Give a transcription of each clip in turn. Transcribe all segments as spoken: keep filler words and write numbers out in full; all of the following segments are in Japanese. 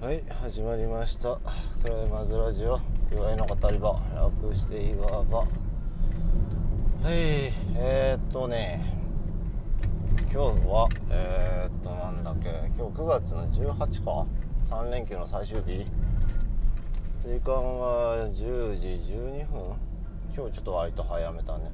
はい、始まりました。クライマーズラジオ、岩井の語り場、楽していわば。はい、えーっとね今日はえーっとなんだっけ今日くがつのじゅうはちか、さん連休の最終日。時間はじゅうじじゅうにふん。今日ちょっと割と早めたね。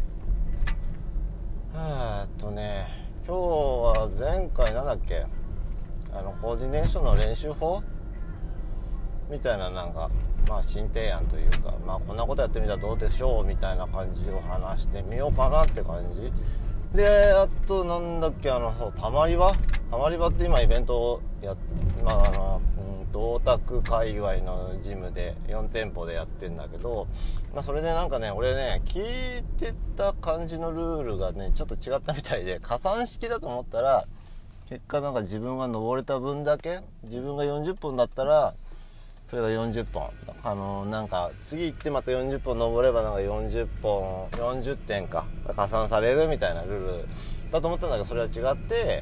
えーっとね今日は前回なんだっけあのコーディネーションの練習法みたいな、なんかまあ新提案というか、まあこんなことやってみたらどうでしょうみたいな感じを話してみようかなって感じで、あとなんだっけあのそうたまり場たまり場って今イベントをやまああのうんと大田区界隈のジムでよん店舗でやってんだけど、まあそれでなんかね俺ね聞いてた感じのルールがねちょっと違ったみたいで、加算式だと思ったら結果なんか自分が登れた分だけ、自分がよんじゅっぽんだったらそれがよんじゅっぽん、あのなんか次行ってまたよんじゅっぽん登ればなんかよんじゅっぽんよんじゅってんか加算されるみたいなルールだと思ったんだけど、それは違って、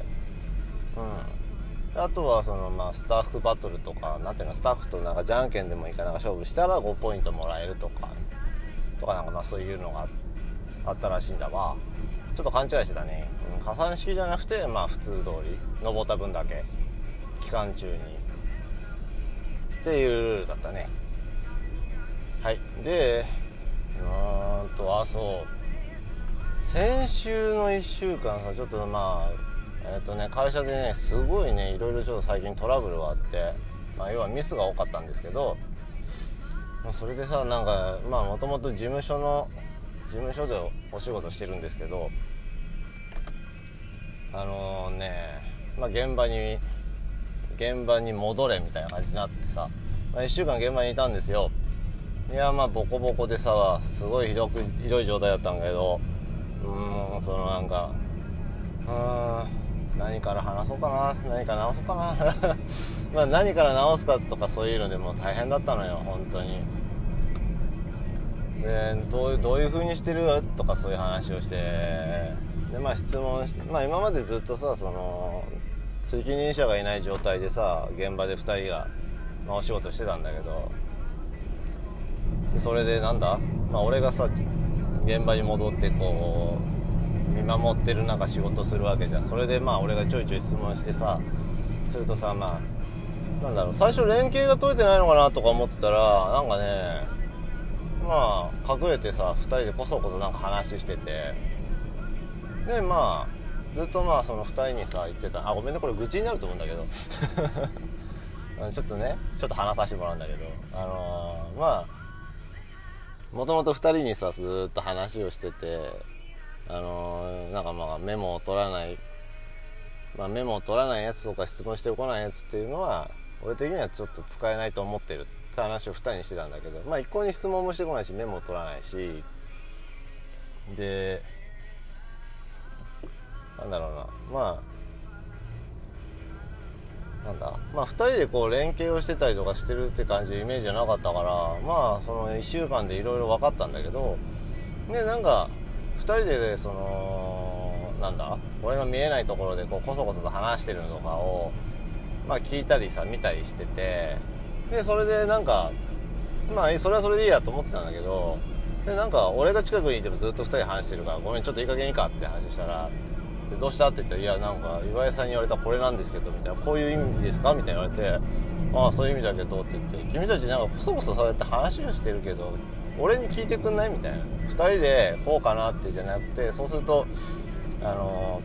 うん、あとはそのまあスタッフバトルとかなんていうの、スタッフとなんかじゃんけんでもいいかなんか勝負したらごポイントもらえるとかとかなんかまあそういうのがあったらしいんだわ。ちょっと勘違いしてたね、うん、加算式じゃなくてまあ普通通り登った分だけ期間中にっていうルールだったね。はい。でうーんとあそう先週のいっしゅうかんさちょっとまあえっとね会社でねすごいねいろいろちょっと最近トラブルがあって、まあ要はミスが多かったんですけど、まあ、それでさなんかまあもともと事務所の事務所でお仕事してるんですけど、あのー、ねまあ現場に現場に戻れみたいな感じになってさ、まあ、いっしゅうかん現場にいたんですよ。いやまあボコボコでさすごいひどくひどい状態だったんだけど、うーんそのなんかうーん何から話そうかな何から直そうかなまあ何から直すかとかそういうのでも大変だったのよ本当に。でどういうどういう風にしてるとかそういう話をして、でまあ質問して、まあ今までずっとさその責任者がいない状態でさ現場でふたりが、まあ、お仕事してたんだけど、それでなんだまあ俺がさ現場に戻ってこう見守ってる中仕事するわけじゃん。それでまあ俺がちょいちょい質問してさするとさ、まあなんだろう最初連携が取れてないのかなとか思ってたら、なんかねまあ隠れてさふたりでこそこそなんか話してて、でまあずっとまあそのふたりにさ言ってた、あごめんねこれ愚痴になると思うんだけどちょっとねちょっと話させてもらうんだけど、あのー、まあもともとふたりにさずっと話をしてて、あのー、なんかまあメモを取らない、まあ、メモを取らないやつとか質問してこないやつっていうのは俺的にはちょっと使えないと思ってるって話をふたりにしてたんだけど、まあ一向に質問もしてこないしメモを取らないし、でなんだろうなまあなんだまあふたりでこう連携をしてたりとかしてるって感じイメージじゃなかったから、まあそのいっしゅうかんでいろいろ分かったんだけど、でなんかふたりでそのなんだ俺の見えないところでこうコソコソと話してるのとかをまあ聞いたりさ見たりしてて、でそれでなんかまあそれはそれでいいやと思ってたんだけど、でなんか俺が近くにいてもずっとふたり話してるからごめんちょっといい加減いいかって話したら、でどうしたって言ったらいやなんか岩井さんに言われたこれなんですけどみたいな、こういう意味ですかみたいな言われて、ああそういう意味だけどって言って、君たちなんかこそこそそうやって話をしてるけど俺に聞いてくんないみたいな、ふたりでこうかなってじゃなくて、そうするとあの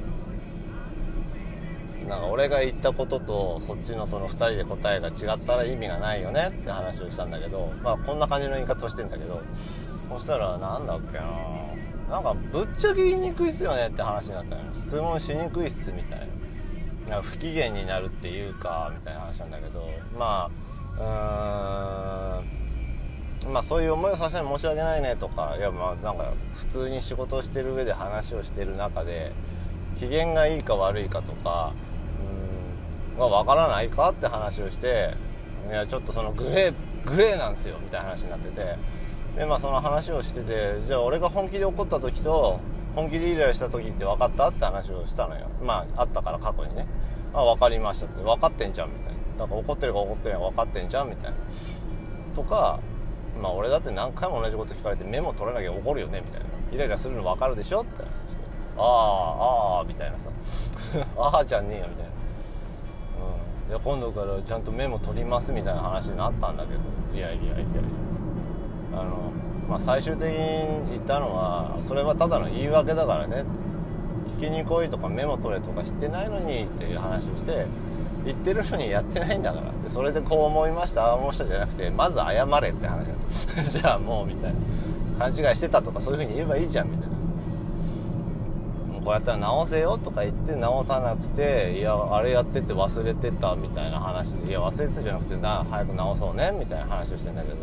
なんか俺が言ったこととそっちのそのふたりで答えが違ったら意味がないよねって話をしたんだけど、まあこんな感じの言い方をしてんだけど、そしたらなんだっけななんかぶっちゃけ言いにくいっすよねって話になったのよ。質問しにくいっすみたいな、なんか不機嫌になるっていうかみたいな話なんだけど、まあうーんまあそういう思いをさせて申し訳ないねとか、いやまあなんか普通に仕事をしてる上で話をしてる中で機嫌がいいか悪いかとかうーんまあ分からないかって話をして、いやちょっとそのグレーグレーなんですよみたいな話になってて、でまあその話をしてて、じゃあ俺が本気で怒った時と本気でイライラした時って分かったって話をしたのよ。まああったから過去にね、あ分かりましたって、分かってんじゃんみたいな、 だから怒ってるか怒ってないか分かってんじゃんみたいなとか、まあ俺だって何回も同じこと聞かれてメモ取らなきゃ怒るよねみたいな、イライラするの分かるでしょって話して、ああああみたいなさああじゃねえよみたいな、うん、いや今度からちゃんとメモ取りますみたいな話になったんだけど、いやいやいやいや、あのまあ最終的に言ったのは、それはただの言い訳だからね、聞きに来いとかメモ取れとか知ってないのにっていう話をして、言ってるのにやってないんだから、でそれでこう思いましたああ思いましたじゃなくて、まず謝れって話だじゃあもうみたいな、勘違いしてたとかそういう風に言えばいいじゃんみたいな、こうやったら直せよとか言って直さなくて、いやあれやってて忘れてたみたいな話で、いや忘れてたじゃなくてな、早く直そうねみたいな話をしてんだけど、うん、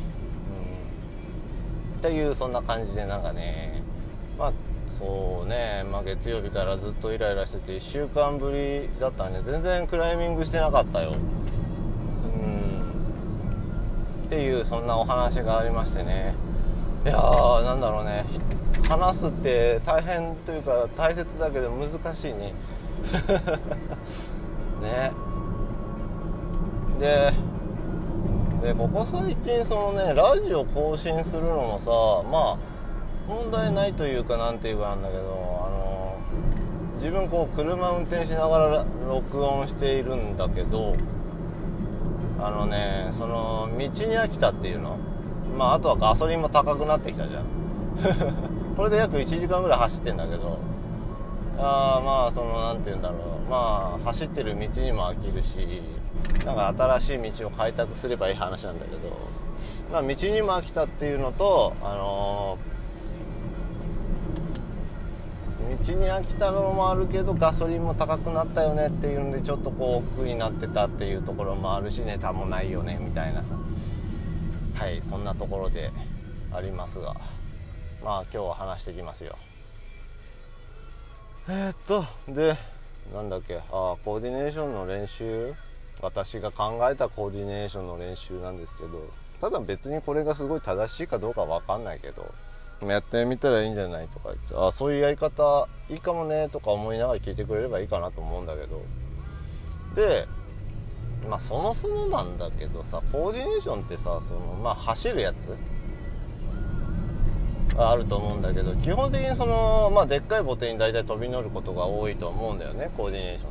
っていうそんな感じで、なんかね、まあそうね、まあ、月曜日からずっとイライラしてていっしゅうかんぶりだったんで全然クライミングしてなかったよ、うんっていうそんなお話がありましてね。いやーなんだろうね、話すって大変というか大切だけど難しいねねででここ最近そのねラジオ更新するのもさ、まあ問題ないというかなんていうかなんだけど、あの自分こう車運転しながら録音しているんだけど、あのねその道に飽きたっていうの、まああとはガソリンも高くなってきたじゃんこれで約いちじかんぐらい走ってんだけど、あまあそのなんていうんだろう、まあ走ってる道にも飽きるし、なんか新しい道を開拓すればいい話なんだけど、まあ道にも飽きたっていうのと、あのー道に飽きたのもあるけどガソリンも高くなったよねっていうんでちょっとこう億劫になってたっていうところもあるし、ネタもないよねみたいなさ、はい、そんなところでありますが、まあ今日は話していきますよ。えー、っとでなんだっけ、あコーディネーションの練習、私が考えたコーディネーションの練習なんですけど、ただ別にこれがすごい正しいかどうかは分かんないけど、やってみたらいいんじゃないとか言って、あそういうやり方いいかもねとか思いながら聞いてくれればいいかなと思うんだけど、でまあそもそもなんだけどさ、コーディネーションってさ、そのまあ走るやつがあると思うんだけど、基本的にそのまあでっかいボテに大体飛び乗ることが多いと思うんだよね、コーディネーションって。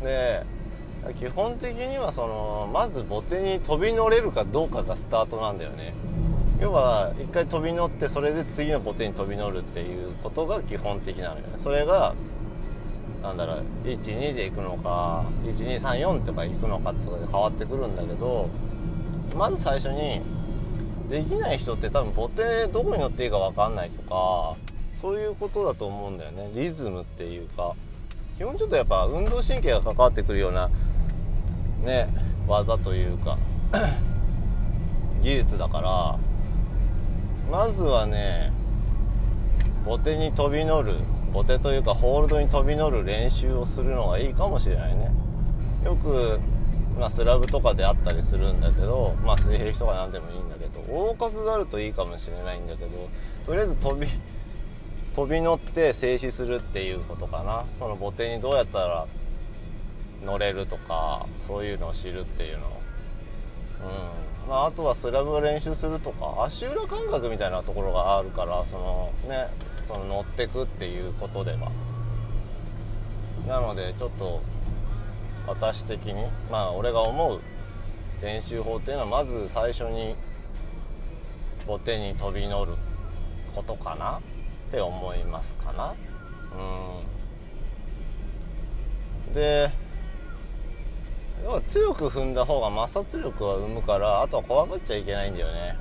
で基本的にはそのまずボテに飛び乗れるかどうかがスタートなんだよね。要は一回飛び乗ってそれで次のボテに飛び乗るっていうことが基本的なのよね。それがなんだろういちにで行くのかいちにさんよんとか行くのかとかで変わってくるんだけど、まず最初にできない人って多分ボテどこに乗っていいか分かんないとかそういうことだと思うんだよね。リズムっていうか、基本ちょっとやっぱ運動神経が関わってくるようなね技というか技術だから、まずはねボテに飛び乗る、ボテというかホールドに飛び乗る練習をするのがいいかもしれないね。よく、まあ、スラブとかであったりするんだけど、まあ水平とかなんでもいいんだけど、横角があるといいかもしれないんだけど、とりあえず飛び飛び乗って静止するっていうことかな。そのボテにどうやったら乗れるとかそういうのを知るっていうの、うんまあ、あとはスラブを練習するとか足裏感覚みたいなところがあるから、そのねその乗ってくっていうことでは、なのでちょっと私的にまあ俺が思う練習法っていうのは、まず最初にボテに飛び乗ることかなって思いますかな。うんで要は強く踏んだ方が摩擦力は生むから、あとは怖がっちゃいけないんだよね。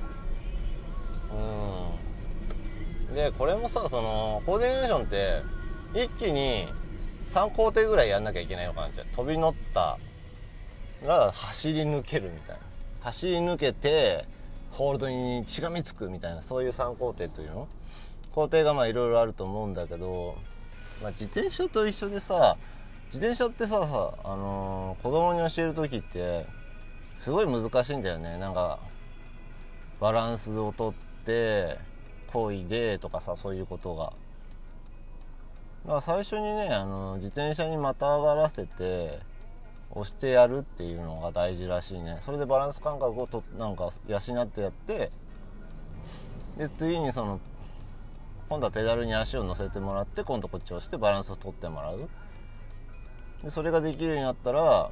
うんでこれもさ、そのコーディネーションって一気にさん工程ぐらいやんなきゃいけないのかな。じゃ飛び乗ったら走り抜けるみたいな、走り抜けてホールドにしがみつくみたいな、そういうさん工程というの工程がまあいろいろあると思うんだけど、まあ、自転車と一緒でさ、自転車ってさ、さあのー、子供に教える時ってすごい難しいんだよね。なんかバランスをとって漕いでとかさ、そういうことが。だから最初にね、あの自転車にまたがらせて押してやるっていうのが大事らしいね。それでバランス感覚をとなんか養ってやって、で次にその今度はペダルに足を乗せてもらって、今度こっちを押してバランスを取ってもらう。でそれができるようになったら、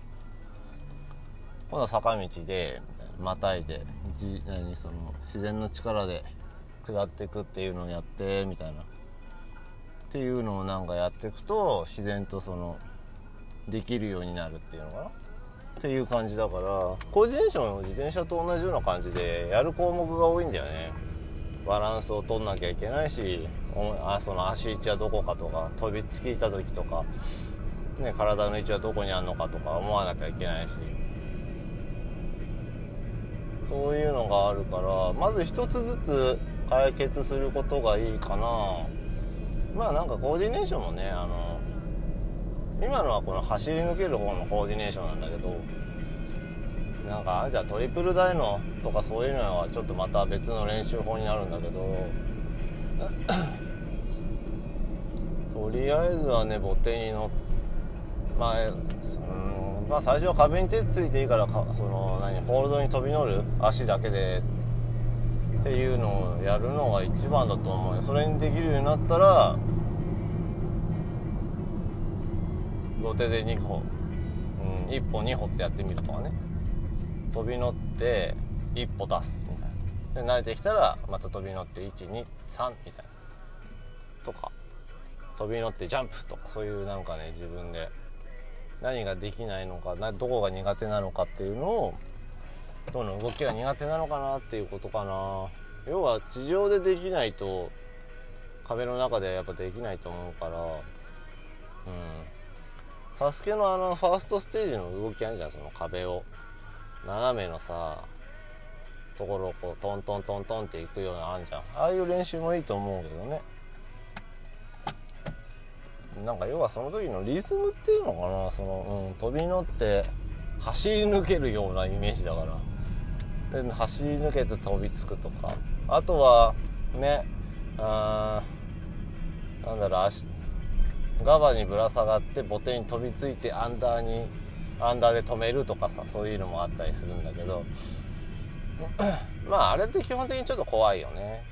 今度は坂道でまたいでじ何その自然の力で下っていくっていうのをやってみたいなっていうのをなんかやっていくと、自然とそのできるようになるっていうのかなっていう感じだから、コーディネーションの自転車と同じような感じでやる項目が多いんだよね。バランスを取んなきゃいけないし、あその足位置はどこかとか、飛びつきた時とか、ね、体の位置はどこにあるのかとか思わなきゃいけないし、そういうのがあるから、まず一つずつ解決することがいいかな。まあなんかコーディネーションもね、あの今のはこの走り抜ける方のコーディネーションなんだけど、なんかじゃあトリプルダイノとかそういうのはちょっとまた別の練習法になるんだけどとりあえずはね、ボテに乗って、まあ、うんまあ最初は壁に手ついていいから、かその何ホールドに飛び乗る足だけでっていうのをやるのが一番だと思うよ。それにできるようになったら土手でにほ、うん、いっぽにほってやってみるとかね。飛び乗っていっぽ出すみたいなで、慣れてきたらまた飛び乗っていちにさんみたいなとか、飛び乗ってジャンプとか、そういうなんかね、自分で何ができないのかな、どこが苦手なのかっていうのを、どの動きが苦手なのかなっていうことかな。要は地上でできないと壁の中ではやっぱできないと思うから、うんサスケのあのファーストステージの動きあるじゃん、その壁を斜めのさところをこうトントントントンっていくようなあんじゃん。ああいう練習もいいと思うけどね。なんか要はその時のリズムっていうのかな、その、うん、飛び乗って走り抜けるようなイメージだから、で走り抜けて飛びつくとか、あとはね、あなんだろう、足ガバにぶら下がってボテに飛びついてアンダーにアンダーで止めるとかさ、そういうのもあったりするんだけどまああれって基本的にちょっと怖いよね。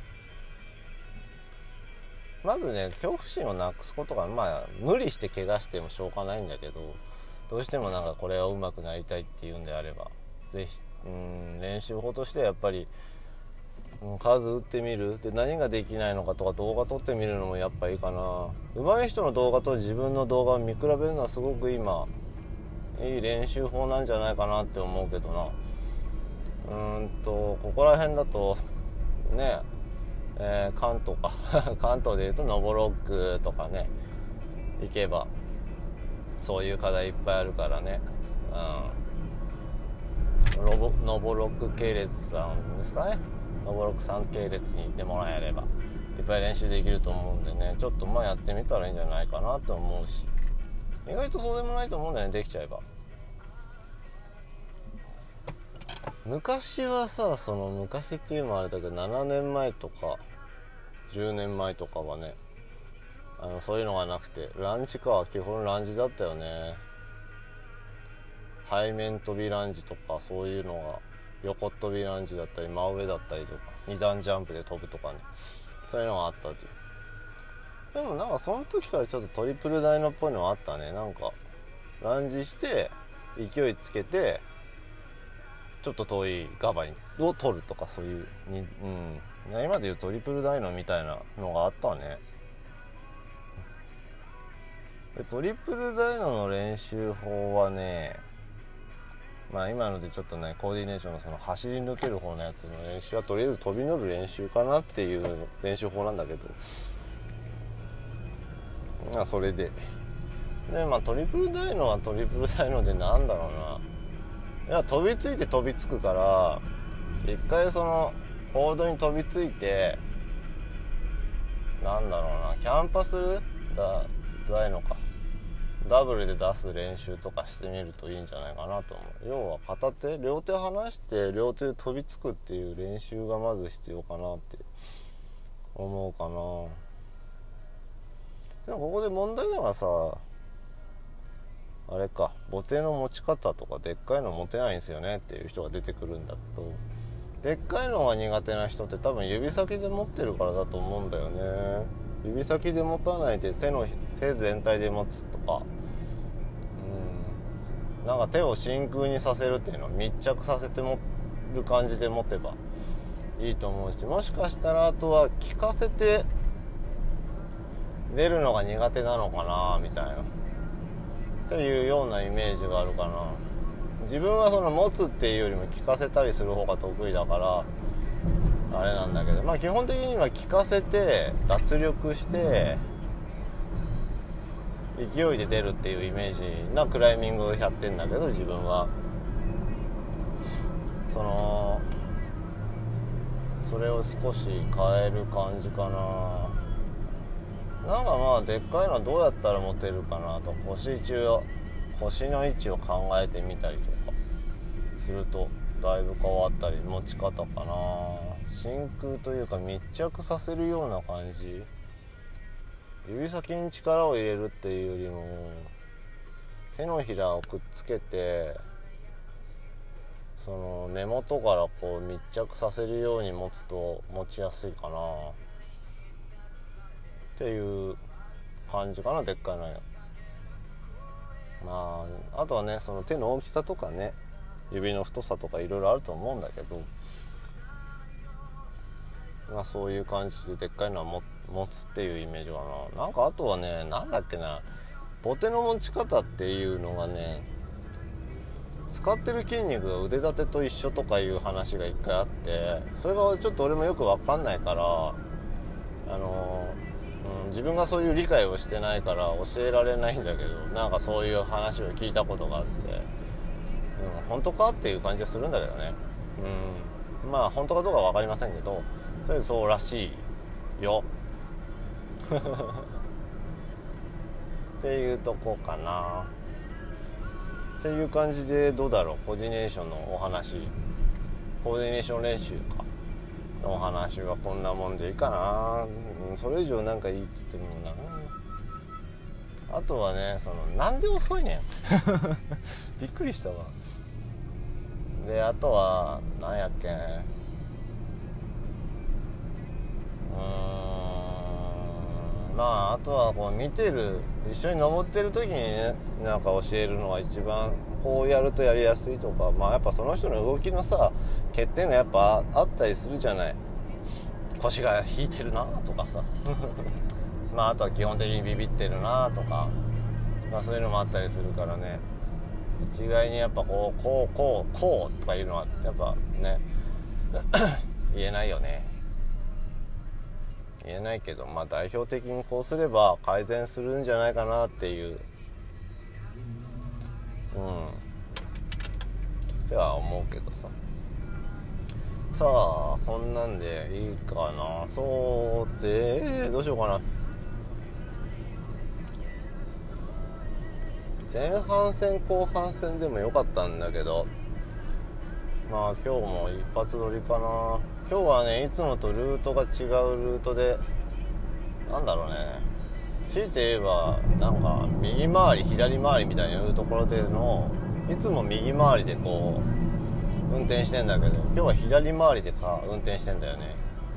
まずね、恐怖心をなくすことが、まあ無理して怪我してもしょうがないんだけど、どうしてもなんかこれは上手くなりたいっていうんであれば、ぜひうん練習法としてはやっぱり、うん、数打ってみるで、何ができないのかとか動画撮ってみるのもやっぱいいかな。上手い人の動画と自分の動画を見比べるのはすごく今いい練習法なんじゃないかなって思うけどな。うーんとここら辺だとね、えー、関東か関東でいうとノボロックとかね行けばそういう課題いっぱいあるからね、うん、ロボノボロック系列さんですかね、ノボロックさん系列に行ってもらえればいっぱい練習できると思うんでね、ちょっとまあやってみたらいいんじゃないかなと思うし、意外とそうでもないと思うんだよね、できちゃえば。昔はさ、その昔っていうのもあれだけどななねんまえとかじゅうねんまえとかはね、あのそういうのがなくてランジかは基本ランジだったよね。背面飛びランジとかそういうのが横飛びランジだったり真上だったりとかに段ジャンプで飛ぶとかね、そういうのがあったという。でもなんかその時からちょっとトリプルダイノっぽいのがあったね。なんかランジして勢いつけてちょっと遠いガバを取るとか、そういうに、うん、今でいうトリプルダイノみたいなのがあったね。でトリプルダイノの練習法はね、まあ今のでちょっとねコーディネーションのその走り抜ける方のやつの練習はとりあえず飛び乗る練習かなっていう練習法なんだけど、まあそれでで、まあトリプルダイノはトリプルダイノでなんだろうな、いや飛びついて飛びつくから、一回そのホールドに飛びついて、なんだろうな、キャンパスだダイノかダブルで出す練習とかしてみるといいんじゃないかなと思う。要は片手両手離して両手で飛びつくっていう練習がまず必要かなって思うかな。でもここで問題なのはさ、ああれか、ボテの持ち方とかでっかいの持てないんですよねっていう人が出てくるんだけど、でっかいのが苦手な人って多分指先で持ってるからだと思うんだよね。指先で持たないで手の手全体で持つとか、うん、なんか手を真空にさせるっていうのを密着させて持る感じで持てばいいと思うし、もしかしたらあとは効かせて出るのが苦手なのかなみたいなっていうようなイメージがあるかな。自分はその持つっていうよりも効かせたりする方が得意だからあれなんだけど、まあ基本的には効かせて脱力して勢いで出るっていうイメージなクライミングをやってんだけど、自分はそのそれを少し変える感じかな。なんかまあでっかいのはどうやったら持てるかなと、腰中腰の位置を考えてみたりとかするとだいぶ変わったり、持ち方かな、真空というか密着させるような感じ、指先に力を入れるっていうよりも手のひらをくっつけてその根元からこう密着させるように持つと持ちやすいかなっていう感じかな、でっかいのよ。まああとはね、その手の大きさとかね、指の太さとかいろいろあると思うんだけど、まあそういう感じででっかいのはも持つっていうイメージかな。なんかあとはね、なんだっけな、ボテの持ち方っていうのがね、使ってる筋肉が腕立てと一緒とかいう話が一回あって、それがちょっと俺もよく分かんないから、あのうん、自分がそういう理解をしてないから教えられないんだけど、なんかそういう話を聞いたことがあって、うん、本当かっていう感じがするんだけどね、うん、まあ本当かどうかは分かりませんけど、とりあえずそうらしいよっていうとこかなっていう感じで、どうだろう、コーディネーションのお話、コーディネーション練習かのお話はこんなもんでいいかな、うん、それ以上なんかいいって言ってもな。あとはね、そのなんで遅いねんびっくりしたわ。であとはなんやっけ、うーんまああとはこう見てる、一緒に登ってる時にね、なんか教えるのが一番こうやるとやりやすいとか、まあやっぱその人の動きのさ欠点がやっぱあったりするじゃない。腰が引いてるなとかさまああとは基本的にビビってるなとか、まあそういうのもあったりするからね、一概にやっぱこうこうこうこうとかいうのはやっぱね言えないよね。言えないけど、まあ代表的にこうすれば改善するんじゃないかなっていう、うんっては思うけどさ。さあこんなんでいいかな。そうでどうしようかな。前半戦後半戦でもよかったんだけど、まあ今日も一発撮りかな。今日はね、いつもとルートが違うルートで、なんだろうね、強いて言えばなんか右回り左回りみたいないうところでの、いつも右回りでこう運転してんだけど、今日は左回りでか運転してんだよね。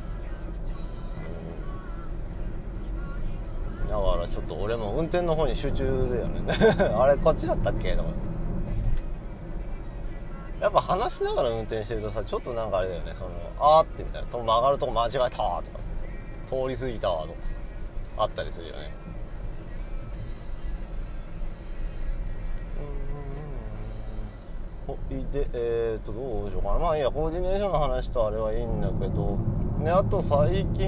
だからちょっと俺も運転の方に集中だよねあれこっちだったっけとか、やっぱ話しながら運転してるとさ、ちょっとなんかあれだよね、そのあーってみたいな、曲がるとこ間違えたとかさ、通り過ぎたとかさあったりするよね。ほいでえーとどうしようかな。まあいいや、コーディネーションの話とあれはいいんだけどね。あと最近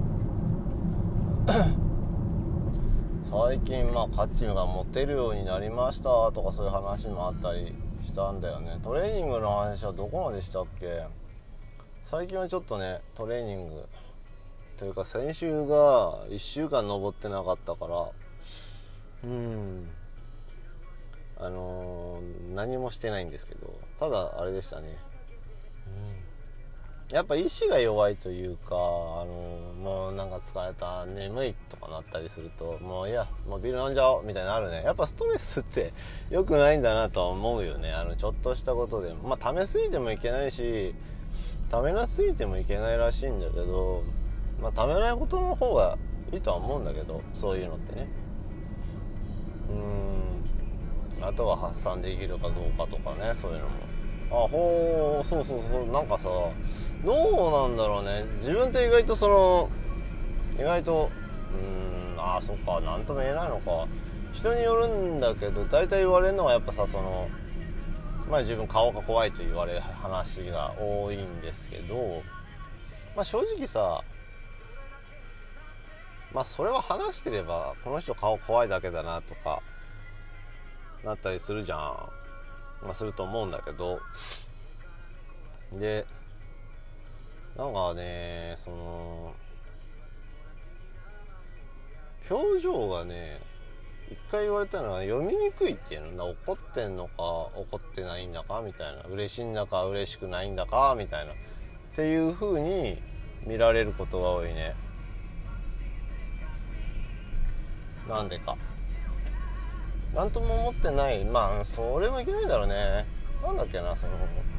最近まあ価値が持てるようになりましたとか、そういう話もあったりしたんだよね。トレーニングの話はどこまでしたっけ。最近はちょっとね、トレーニングというか先週がいっしゅうかん登ってなかったから、うんあのー、何もしてないんですけど、ただあれでしたね、 やっぱ意志が弱いというか、あのもうなんか疲れた、眠いとかなったりすると、もういやもうビール飲んじゃおうみたいになるね。やっぱストレスって良くないんだなとは思うよね。あのちょっとしたことでも、まあ溜めすぎてもいけないし、溜めなすぎてもいけないらしいんだけど、まあ溜めないことの方がいいとは思うんだけど、そういうのってね。うーんあとは発散できるかどうかとかね、そういうのも。あ、ほう、そうそうそう、なんかさ、どうなんだろうね。自分って意外とその意外とうーんああそっか、なんとも言えないのか。人によるんだけど、大体言われるのはやっぱさ、そのまあ自分顔が怖いと言われる話が多いんですけど、まあ正直さ、まあそれは話してればこの人顔怖いだけだなとかなったりするじゃん。まあすると思うんだけど、でなんかね、その表情がね、一回言われたのは読みにくいっていうの。怒ってんのか怒ってないんだかみたいな、嬉しいんだか嬉しくないんだかみたいなっていう風に見られることが多いね。なんでかなんとも思ってない。まあそれもいけないだろうね。なんだっけな、その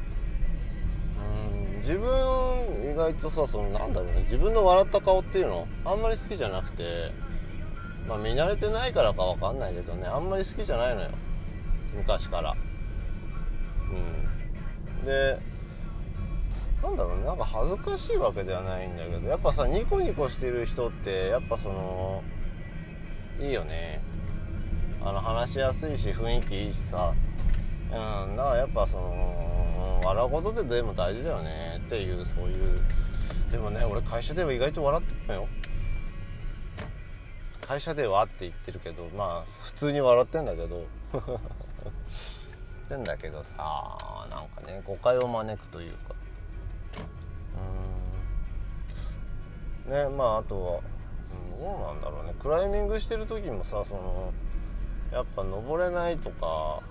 うん自分意外とさ、そのなんだろうね、自分の笑った顔っていうのあんまり好きじゃなくて、まあ見慣れてないからかわかんないけどね、あんまり好きじゃないのよ、昔から。うんでなんだろうね、なんか恥ずかしいわけではないんだけど、やっぱさ、ニコニコしてる人ってやっぱそのいいよね。あの話しやすいし雰囲気いいしさ、うん、だからやっぱその笑うことってでも大事だよねっていう、そういう。でもね、俺会社では意外と笑ってるのよ。会社ではって言ってるけど、まあ普通に笑ってんだけど言ってんだけどさ、なんかね、誤解を招くというか、うーんね、まああとは、うん、どうなんだろうね、クライミングしてる時もさ、そのやっぱ登れないとか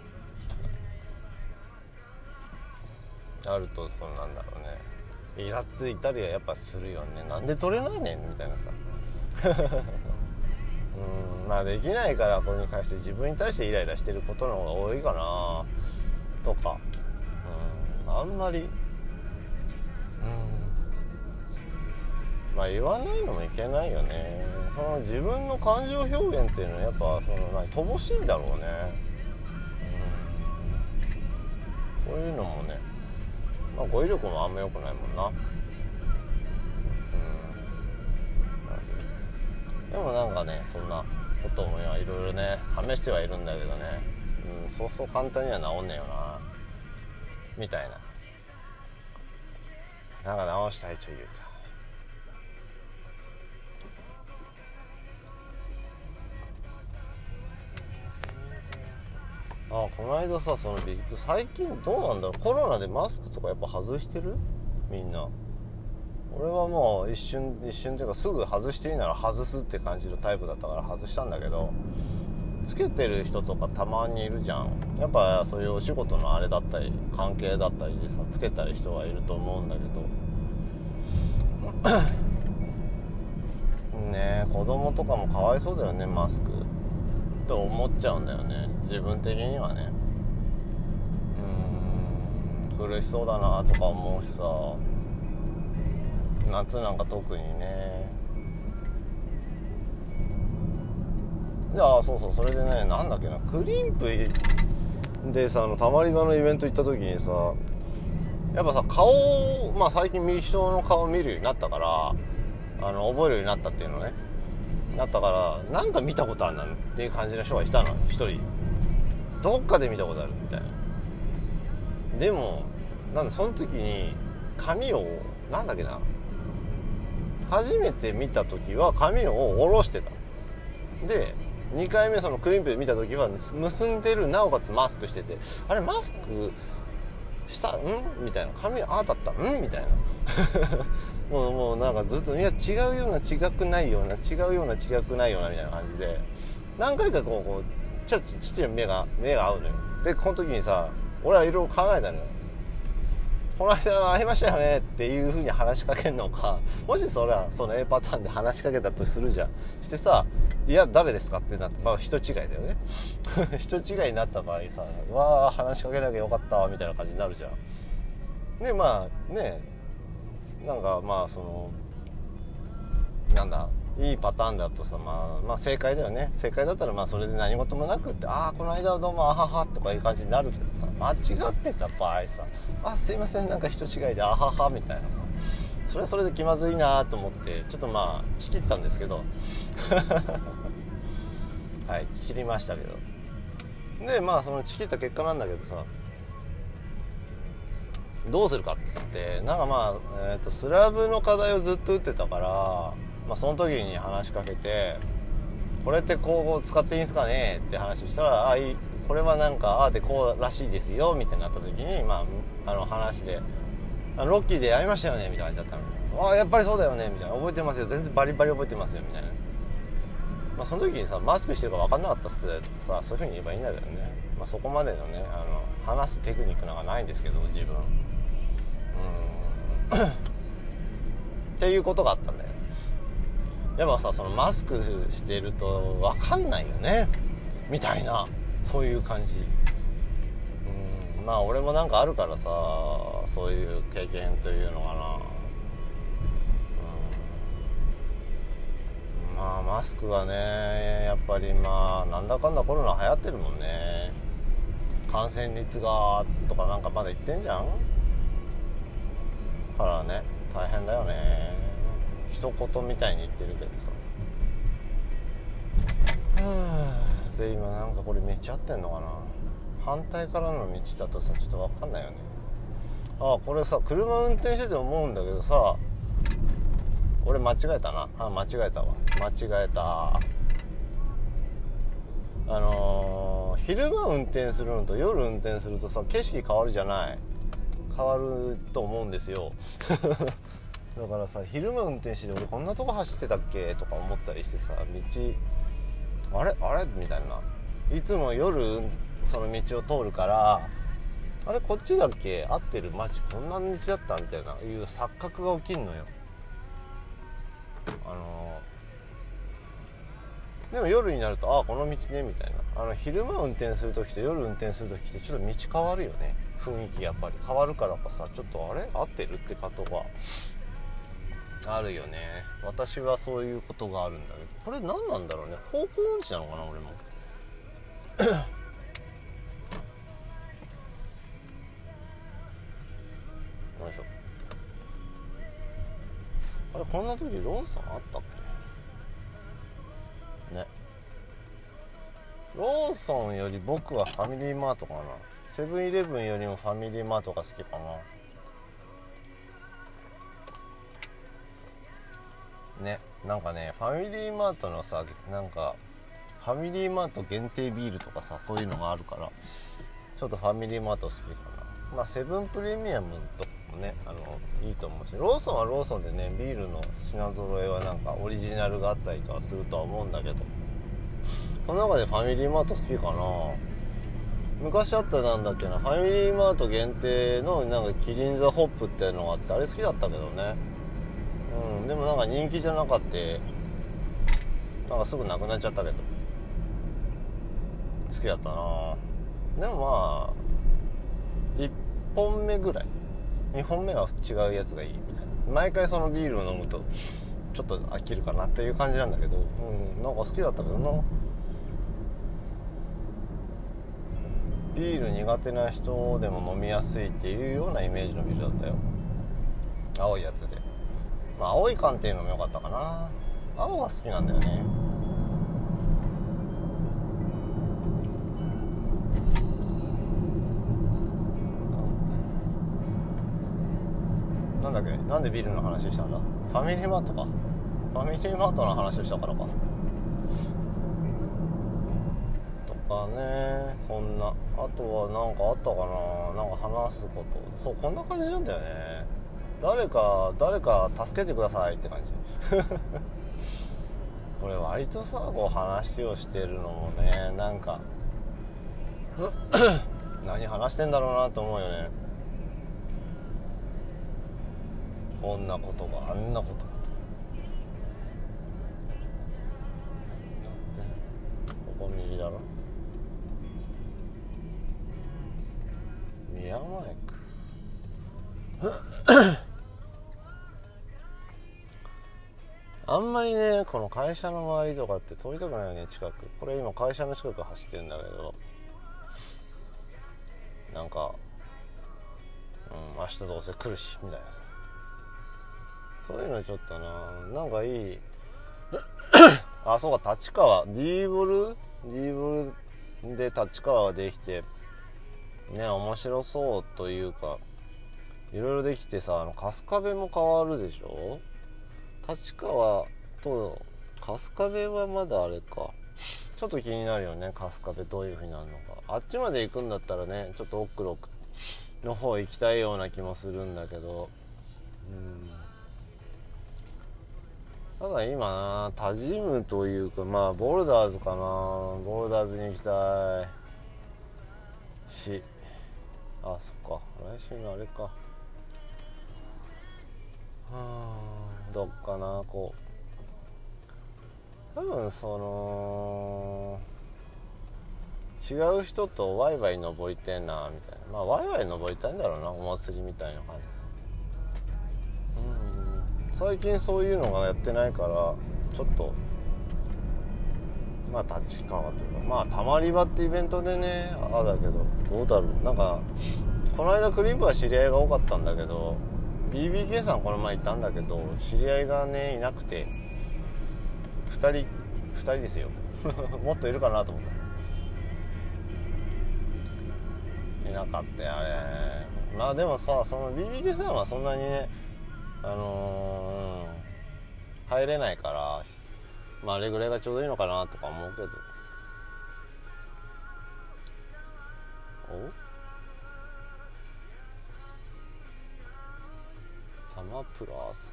あると、そうなんだろうね、イラついたりはやっぱするよね。なんで取れないねんみたいなさうん、まあできないから、これに関して自分に対してイライラしてることの方が多いかなとか、うん、あんまり、うん、まあ言わないのもいけないよね。その自分の感情表現っていうのはやっぱその何乏しいんだろうね、うん、そういうのもね、まあ語彙力もあんま良くないもんな。でもなんかね、そんなこともいろいろね試してはいるんだけどね、うん、そうそう簡単には治んねえよなみたいな。なんか直したいというか、あ、この間さ、そのビッグ最近どうなんだろう、コロナでマスクとかやっぱ外してるみんな。俺はもう一瞬一瞬というか、すぐ外していいなら外すって感じのタイプだったから外したんだけど、つけてる人とかたまにいるじゃん。やっぱそういうお仕事のあれだったり関係だったりでさ、つけたり人はいると思うんだけどねえ、子供とかもかわいそうだよね、マスクと思っちゃうんだよね、自分的にはね。うーん苦しそうだなとか思うしさ、夏なんか特にね。いや、そうそう、それでね、なんだっけな、クリンプでさ、あのたまり場のイベント行った時にさ、やっぱさ、顔、まあ最近人の顔見るようになったから、あの覚えるようになったっていうのね、なったから、なんか見たことあるなっていう感じの人がいたの、一人。どっかで見たことあるみたいな。でもなんだ、その時に髪を、なんだっけな、初めて見た時は髪を下ろしてた。でにかいめそのクリンプで見た時は結んでる、なおかつマスクしてて、あれマスクしたんみたいな、髪ああだったんみたいなもうもうなんかずっと、いや違うような違くないような違うような違くないようなみたいな感じで、何回かこうこうちょっと父の目が目が合うのよ。でこの時にさ、俺はいろいろ考えたのよ。 この間会いましたよねっていう風に話しかけるのか、もしそれはその A パターンで話しかけたとするじゃん。してさ、いや誰ですかってなって、まあ人違いだよね人違いになった場合さ、わあ話しかけなきゃよかったみたいな感じになるじゃん。でまあね、なんかまあそのなんだいいパターンだとさ、まあ、まあ正解だよね。正解だったらまあそれで何事もなくって、ああこの間はどうもあははとかいう感じになるけどさ、間違ってた場合さ、あすいませんなんか人違いであははみたいなさ、それはそれで気まずいなと思ってちょっとまあチキったんですけどはいチキりましたけど、でまあそのチキった結果なんだけどさ、どうするかって言って、なんかまあ、えーと、スラブの課題をずっと打ってたから、まあ、その時に話しかけて、これってこう使っていいんですかねって話をしたら、あいいこれはなんかああでこうらしいですよみたいになった時に、まあ、あの話であのロッキーで会いましたよねみたいな感じだったの。ああやっぱりそうだよねみたいな、覚えてますよ全然バリバリ覚えてますよみたいな。まあ、その時にさマスクしてるか分かんなかったっすとかさ、そういう風に言えばいいんだけどね、まあ、そこまでのねあの話すテクニックなんかないんですけど自分うーんっていうことがあったんだよ。やっぱさそのマスクしてると分かんないよねみたいな、そういう感じ。うん、まあ俺もなんかあるからさ、そういう経験というのかな。うん、まあマスクはねやっぱりまあなんだかんだコロナ流行ってるもんね。感染率がとかなんかまだ言ってんじゃんからね、大変だよね。一言みたいに言ってるけどさ、はぁで今なんかこれ道合ってんのかな、反対からの道だとさちょっと分かんないよね。あこれさ車運転してて思うんだけどさ、俺間違えたなあ間違えたわ間違えたあのー、昼間運転するのと夜運転するとさ景色変わるじゃない、変わると思うんですよだからさ昼間運転して俺こんなとこ走ってたっけとか思ったりしてさ、道あれあれみたいな、いつも夜その道を通るからあれこっちだっけ合ってるマジこんな道だったみたいないう錯覚が起きんのよ。あのー、でも夜になるとあこの道ねみたいな、あの昼間運転するときと夜運転するときってちょっと道変わるよね、雰囲気やっぱり変わるからかさ、ちょっとあれ合ってるってことがあるよね。私はそういうことがあるんだけど、これ何なんだろうね、方向音痴なのかな俺もよいしょ。あれこんな時ローソンあったっけね。ローソンより僕はファミリーマートかな。セブンイレブンよりもファミリーマートが好きかなね。なんかねファミリーマートのさ、なんかファミリーマート限定ビールとかさ、そういうのがあるからちょっとファミリーマート好きかな。まあセブンプレミアムとかもねあのいいと思うし、ローソンはローソンでねビールの品揃えはなんかオリジナルがあったりとかするとは思うんだけど、その中でファミリーマート好きかな。昔あったなんだっけな、ファミリーマート限定のなんかキリンザホップっていうのがあって、あれ好きだったけどね。うん、でもなんか人気じゃなかった、なんかすぐなくなっちゃったけど好きだったな。でもまあいっぽんめぐらい、にほんめは違うやつがいいみたいな、毎回そのビールを飲むとちょっと飽きるかなっていう感じなんだけど、うん、なんか好きだったけどな。ビール苦手な人でも飲みやすいっていうようなイメージのビールだったよ、青いやつで。まあ青い缶っていうのも良かったかな。青が好きなんだよね。なんだっけ、なんでビールの話したんだ。ファミリーマートか、ファミリーマートの話をしたからかとかね。そんな、あとは何かあったかな、なんか話すこと。そうこんな感じなんだよね。誰か誰か助けてくださいって感じこれ割とさこう話をしてるのもね、なんか何話してんだろうなと思うよね。 こんなことがあんなことがここ右だろ、宮前区あんまりねこの会社の周りとかって通りたくないよね。近く、これ今会社の近く走ってるんだけど、なんか、うん、明日どうせ来るしみたいなさ、そういうのちょっとな、なんかいいあ、そうか、立川 D ボル D ボルで立川ができてね、面白そうというか、いろいろできてさ、あの春日部も変わるでしょ。立川と春日部はまだあれか、ちょっと気になるよね。春日部どういう風になるのか。あっちまで行くんだったらね、ちょっと奥六の方行きたいような気もするんだけど、うん、ただ今な、他ジムというか、まあボルダーズかな、ボルダーズに行きたいし、あ、そっか、来週のあれか、はあ、どっかな、こう多分その違う人とワイワイ登りてんなみたいな、まあワイワイ登りたいんだろうな、お祭りみたいな感じ。うん、最近そういうのがやってないから、ちょっとまあ立川というか、まあたまり場ってイベントでね、ああだけどどうだろう、なんかこの間クリープは知り合いが多かったんだけど、 ビービーケー さんこの前行ったんだけど、知り合いがねいなくて、ふたりふたりですよもっといるかなと思った、いなかったよあれ。まあでもさ、その ビービーケー さんはそんなにね、あのー、入れないから、まああれぐらいがちょうどいいのかなとか思うけど、おタマプラーさん、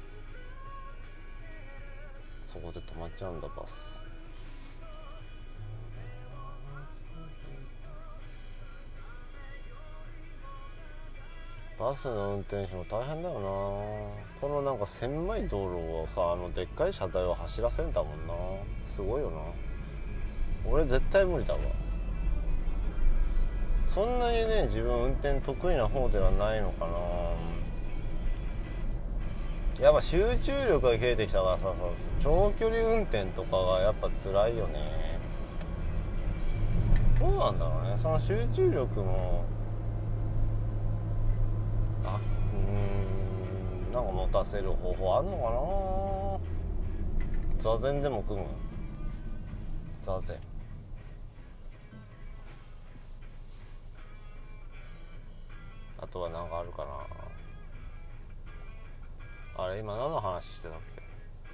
そこで止まっちゃうんだバス。バスの運転手も大変だよな。このなんか狭い道路をさ、あのでっかい車体を走らせんだもんな。すごいよな。俺絶対無理だわ。そんなにね、自分運転得意な方ではないのかな。やっぱ集中力が切れてきたからさ、長距離運転とかがやっぱ辛いよね。どうなんだろうね、その集中力も、あ、うーん、なんか持たせる方法あんのかな。座禅でも組む。座禅、あとは何かあるかな。あれ今何の話してたっけ。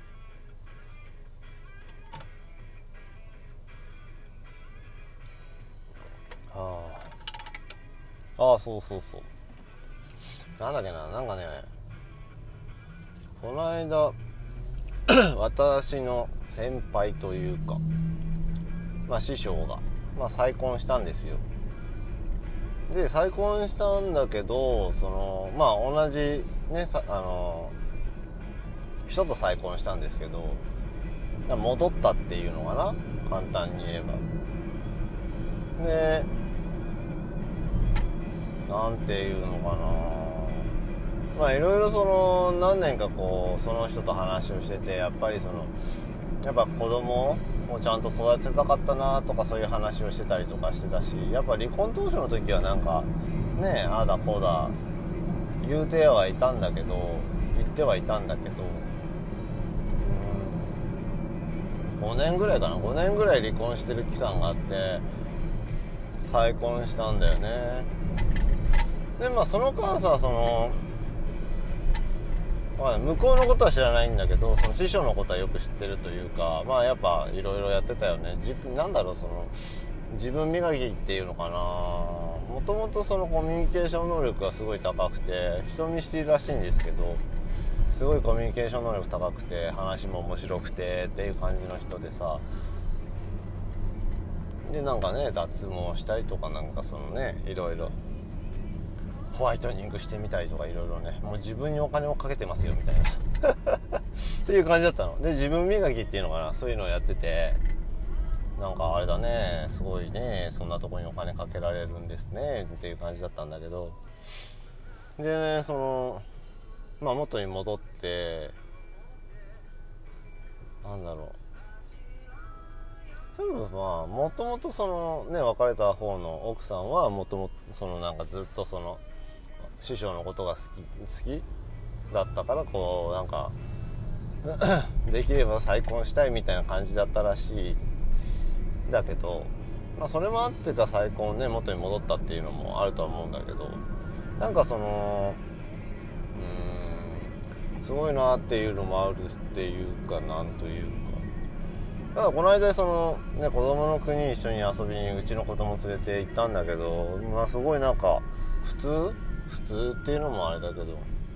はあ、ああ、そうそうそう、なんだっけな、なんかね、この間私の先輩というか、まあ師匠が、まあ、再婚したんですよ。で再婚したんだけど、そのまあ同じね、さあの人と再婚したんですけど、戻ったっていうのかな、簡単に言えば。で、なんていうのかな、まあいろいろその何年かこうその人と話をしてて、やっぱりそのやっぱ子供をちゃんと育てたかったなとか、そういう話をしてたりとかしてたし、やっぱ離婚当初の時はなんかね、ああだこうだ言うてはいたんだけど、言ってはいたんだけど、ごねんぐらいかな、ごねんぐらい離婚してる期間があって再婚したんだよね。でまあその間さ、そのまあ、向こうのことは知らないんだけど、その師匠のことはよく知ってるというか、まあやっぱいろいろやってたよね。なんだろう、その自分磨きっていうのかな。もともとそのコミュニケーション能力がすごい高くて、人見知りらしいんですけど、すごいコミュニケーション能力高くて、話も面白くてっていう感じの人でさ、でなんかね、脱毛したりとか、なんかそのね、いろいろホワイトニングしてみたりとかいろいろね、もう自分にお金をかけてますよみたいなっていう感じだったので、自分磨きっていうのかな、そういうのをやってて、なんかあれだね、すごいね、そんなとこにお金かけられるんですねっていう感じだったんだけど、でね、そのまあ元に戻って、なんだろう、多分まあもともとそのね、別れた方の奥さんはもともとそのなんかずっとその師匠のことが好き好きだったから、こうなんかできれば再婚したいみたいな感じだったらしいだけど、まあそれもあってか再婚ね、元に戻ったっていうのもあるとは思うんだけど、なんかそのうーんすごいなっていうのもあるっていうか、なんというか、ただこの間そのね、子供の国一緒に遊びにうちの子供連れて行ったんだけど、まあすごいなんか普通普通っていうのもあれだけど、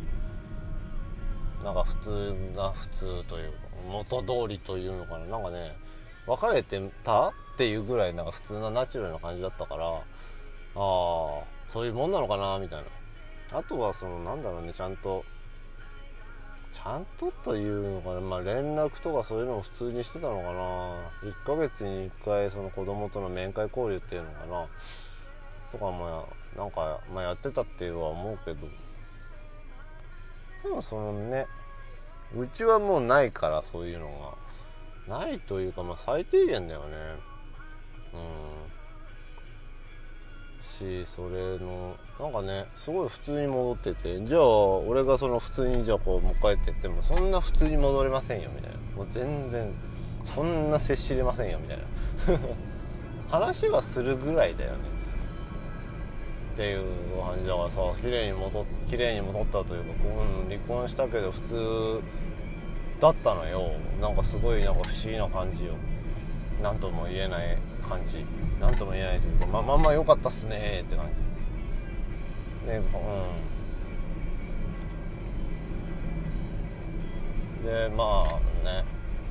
なんか普通な普通というか元通りというのかな、なんかね、別れてたっていうぐらいなんか普通なナチュラルな感じだったから、ああそういうもんなのかなみたいな。あとはそのなんだろうね、ちゃんとちゃんとというのかな、まあ連絡とかそういうのを普通にしてたのかな、いっかげつにいっかいその子供との面会交流っていうのかなとか、まあなんか、まあ、やってたっていうのは思うけど、でもそのね、うちはもうないから、そういうのがないというか、まあ最低限だよね。うんし、それのなんかね、すごい普通に戻ってて、じゃあ俺がその普通にじゃあこうもう帰ってっても、そんな普通に戻れませんよみたいな、もう全然そんな接しれませんよみたいな話はするぐらいだよねっていう感じだからさ、綺麗に戻っ綺麗に戻ったというか、うん、離婚したけど普通だったのよ。なんかすごいなんか不思議な感じよ。なんとも言えない感じ、なんとも言えないというか、ままあまあ良かったっすねって感じで、うんで、まあね、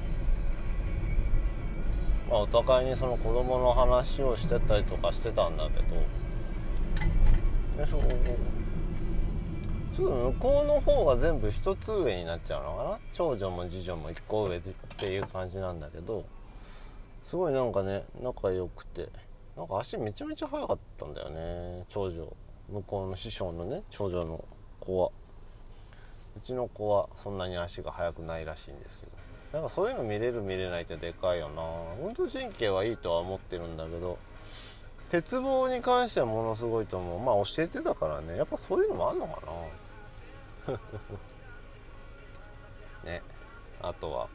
まあ、お互いにその子供の話をしてたりとかしてたんだけど、よいしょ、ちょっと向こうの方が全部一つ上になっちゃうのかな、長女も次女も一個上っていう感じなんだけど、すごいなんかね仲良くて、なんか足めちゃめちゃ速かったんだよね、長女、向こうの師匠のね長女の子は。うちの子はそんなに足が速くないらしいんですけど、なんかそういうの見れる見れないってでかいよな。運動神経はいいとは思ってるんだけど、鉄棒に関してはものすごいと思う。まあ教えてたからね、やっぱそういうのもあんのかなね。あとは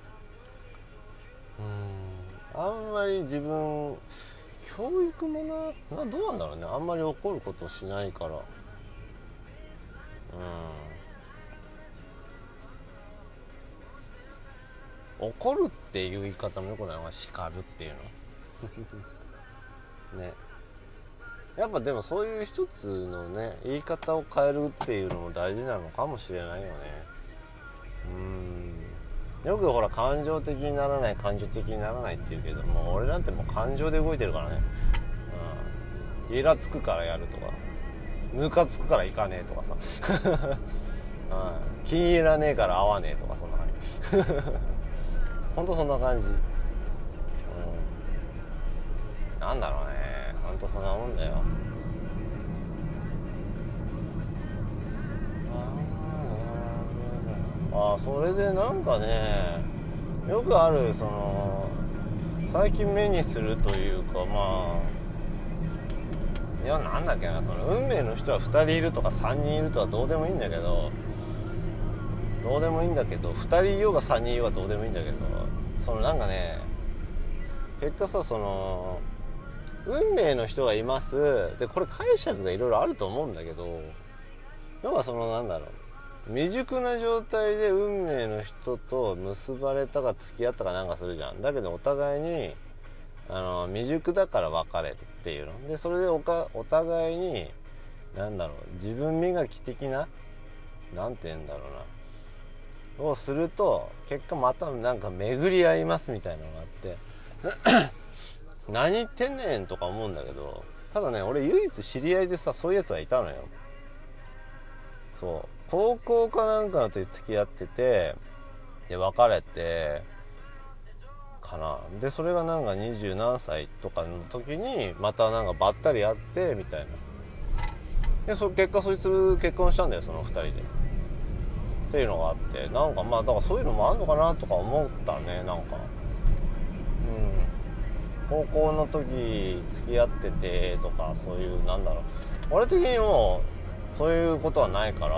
うーんあんまり自分教育もな、などうなんだろうね、あんまり怒ることしないから、うん怒るっていう言い方もよくないのが叱るっていうのね。やっぱでもそういう一つのね言い方を変えるっていうのも大事なのかもしれないよね。うんよくほら感情的にならない感情的にならないって言うけども、俺なんてもう感情で動いてるからね、うん、イラつくからやるとか、ムカつくから行かねえとかさ、うん、気に入らねえから会わねえとか、そんな感じほんとそんな感じ、うん、なんだろうね、ほんとそんなもんだよ。ああ、それでなんかね、よくあるその最近目にするというか、まあいやなんだっけな、その運命の人はふたりいるとかさんにんいるとはどうでもいいんだけど、どうでもいいんだけどふたりいようがさんにんいようがどうでもいいんだけど、そのなんかね、結果さ、その運命の人がいますで、これ解釈がいろいろあると思うんだけど、要はそのなんだろう、未熟な状態で運命の人と結ばれたか付き合ったかなんかするじゃん。だけどお互いにあの未熟だから別れるっていうので、それで お, かお互いになんだろう、自分磨き的な、なんて言うんだろうなをすると、結果またなんか巡り合いますみたいなのがあって何言ってんねんとか思うんだけど、ただね、俺唯一知り合いでさ、そういうやつがいたのよ。 そう高校かなんかの時付き合ってて、で別れてかな。でそれがなんか二十何歳とかの時にまたなんかばったり会ってみたいな。でそ結果そいつ結婚したんだよ、そのふたりでっていうのがあって、なんかまあだからそういうのもあんのかなとか思ったね。なんかうん高校の時付き合っててとか、そういうなんだろう、俺的にもそういうことはないから、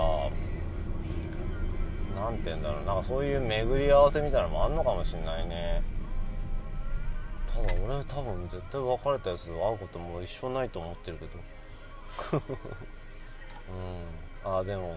なんて言うんだろう、なんかそういう巡り合わせみたいなのもあんのかもしんないね。ただ俺は多分絶対別れたやつと会うことも一生ないと思ってるけどうん、ああでも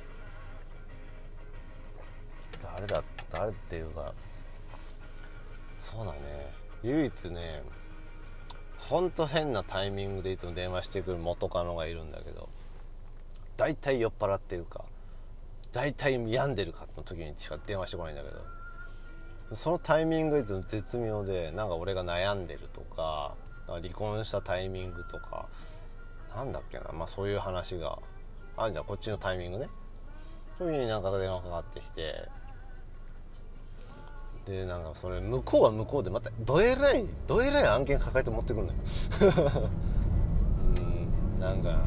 誰だ誰っていうか、そうだね、唯一ねほんと変なタイミングでいつも電話してくる元カノがいるんだけど、大体酔っ払ってるか大体病んでるかの時にしか電話してこないんだけど、そのタイミングがいつも絶妙で、なんか俺が悩んでるとか離婚したタイミングとかなんだっけな、まあそういう話があるじゃん、こっちのタイミングね。時になんか電話かかってきて、でなんかそれ向こうは向こうでまたどえらいどえらい案件抱えて持ってくんのようんなんか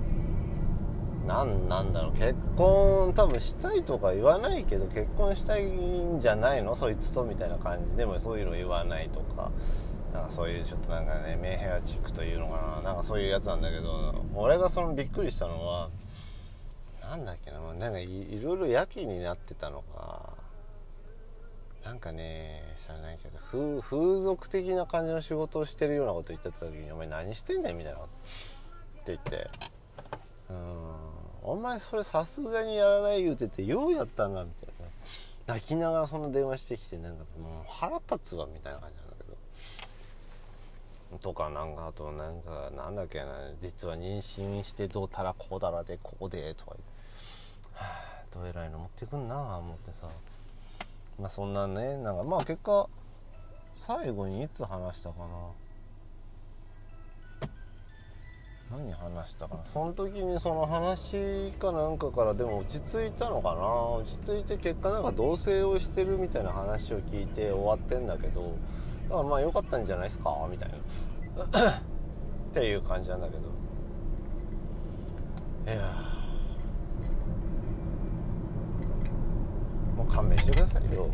なんなんだろう、結婚多分したいとか言わないけど結婚したいんじゃないのそいつとみたいな感じでもそういうの言わないとか、なんかそういうちょっとなんかねメンヘラチックというのかな、なんかそういうやつなんだけど、俺がそのびっくりしたのはなんだっけな、なんか い, いろいろやきになってたのかなんかね知らないけど 風, 風俗的な感じの仕事をしてるようなこと言ってた時に、お前何してんねんみたいなって言って、うーんお前それさすがにやらない言うててようやったなみたいな、泣きながらそんな電話してきて、なんかもう腹立つわみたいな感じなんだけど、とかなんかあとなんかなんだっけな、実は妊娠してどうたらこうだらでこうでとか言って、はあ、どえらいの持ってくんなあ思ってさ、まあそんなね、なんかまあ結果最後にいつ話したかな、何話したかな、その時にその話かなんかからでも落ち着いたのかな、落ち着いて結果なんか同棲をしてるみたいな話を聞いて終わってんだけど、だからまあ良かったんじゃないですかみたいなっていう感じなんだけど、いやもう勘弁してくださいよ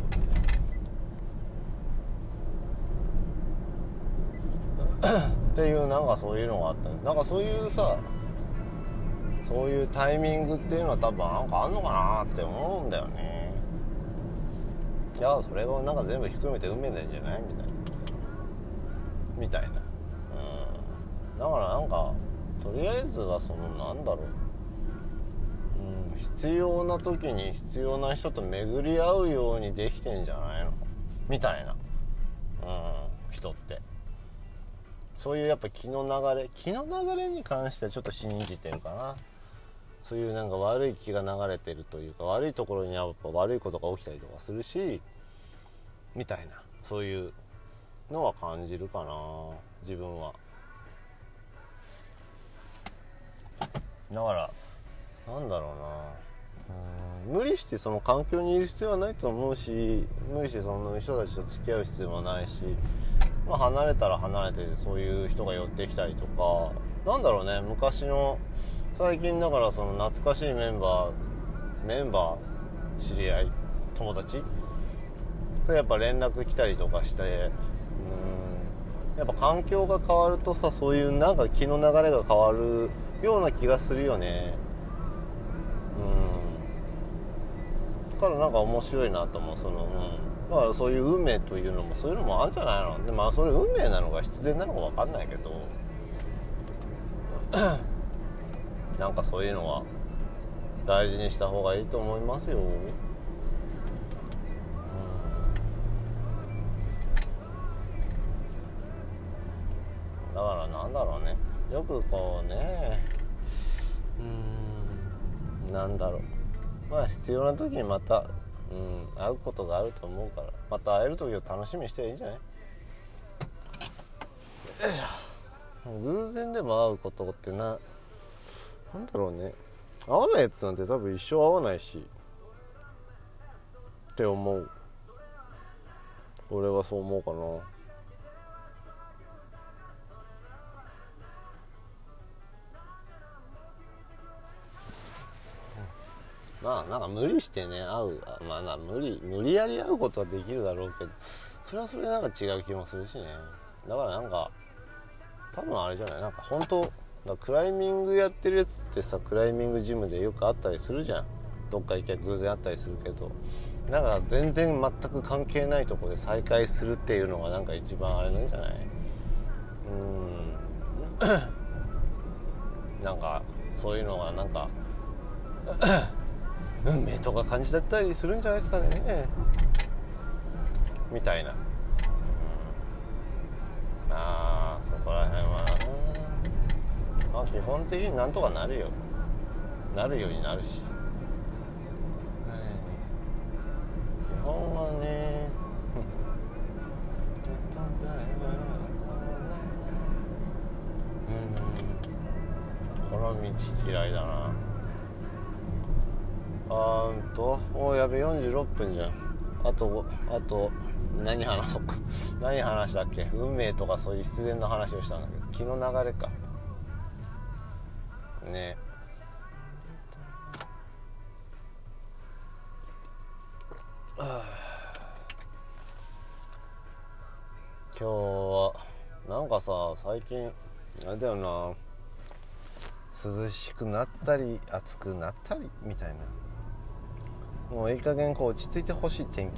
っていうなんかそういうのがあった、なんかそういうさそういうタイミングっていうのは多分なんかあんのかなって思うんだよね。いやそれをなんか全部ひっくるめて運命なんじゃないみたいなみたいな、うん、だからなんかとりあえずはそのなんだろう、うん、必要な時に必要な人と巡り合うようにできてんじゃないのみたいな、うん、人ってそういうやっぱ気の流れ気の流れに関してはちょっと信じてるかな。そういうなんか悪い気が流れてるというか、悪いところにやっぱ悪いことが起きたりとかするしみたいな、そういうのは感じるかな自分は。だからなんだろうな、うーん無理してその環境にいる必要はないと思うし、無理してその人たちと付き合う必要はないし、まあ、離れたら離れてそういう人が寄ってきたりとか、なんだろうね、昔の最近だからその懐かしいメンバーメンバー知り合い友達がやっぱ連絡来たりとかして、うーんやっぱ環境が変わるとさ、そういうなんか気の流れが変わるような気がするよね。うんだからなんか面白いなと思う、その、うん、だからそういう運命というのもそういうのもあるんじゃないの。でまあそれ運命なのか必然なのか分かんないけどなんかそういうのは大事にした方がいいと思いますよ、うん、だからなんだろうね、よくこうね、うーんなんだろう、まあ必要な時にまた、うん、会うことがあると思うから、また会える時を楽しみにしていいんじゃない。偶然でも会うことってな、なんだろうね、 合わないやつなんて多分一生合わないしって思う。俺はそう思うかな。まあなんか無理してね会う、まあな無理無理やり会うことはできるだろうけど、それはそれでなんか違う気もするしね。だからなんか多分あれじゃない、なんか本当だクライミングやってるやつってさ、クライミングジムでよく会ったりするじゃん。どっか行けば偶然会ったりするけど、だから全然全く関係ないところで再会するっていうのがなんか一番あれなんじゃない。うーんなんかそういうのがなんか運命とか感じだったりするんじゃないですかねみたいな、うん、あーそこら辺はな、まあ、基本的になんとかなるよなるようになるし、基本はねうんこの道嫌いだな。あーんとおやべよんじゅうろっぷんじゃん。あとあと何話そうか何話したっけ。運命とかそういう必然の話をしたんだけど、気の流れかね。今日はなんかさ最近あれだよな、涼しくなったり暑くなったりみたいな、もういい加減こう落ち着いてほしい天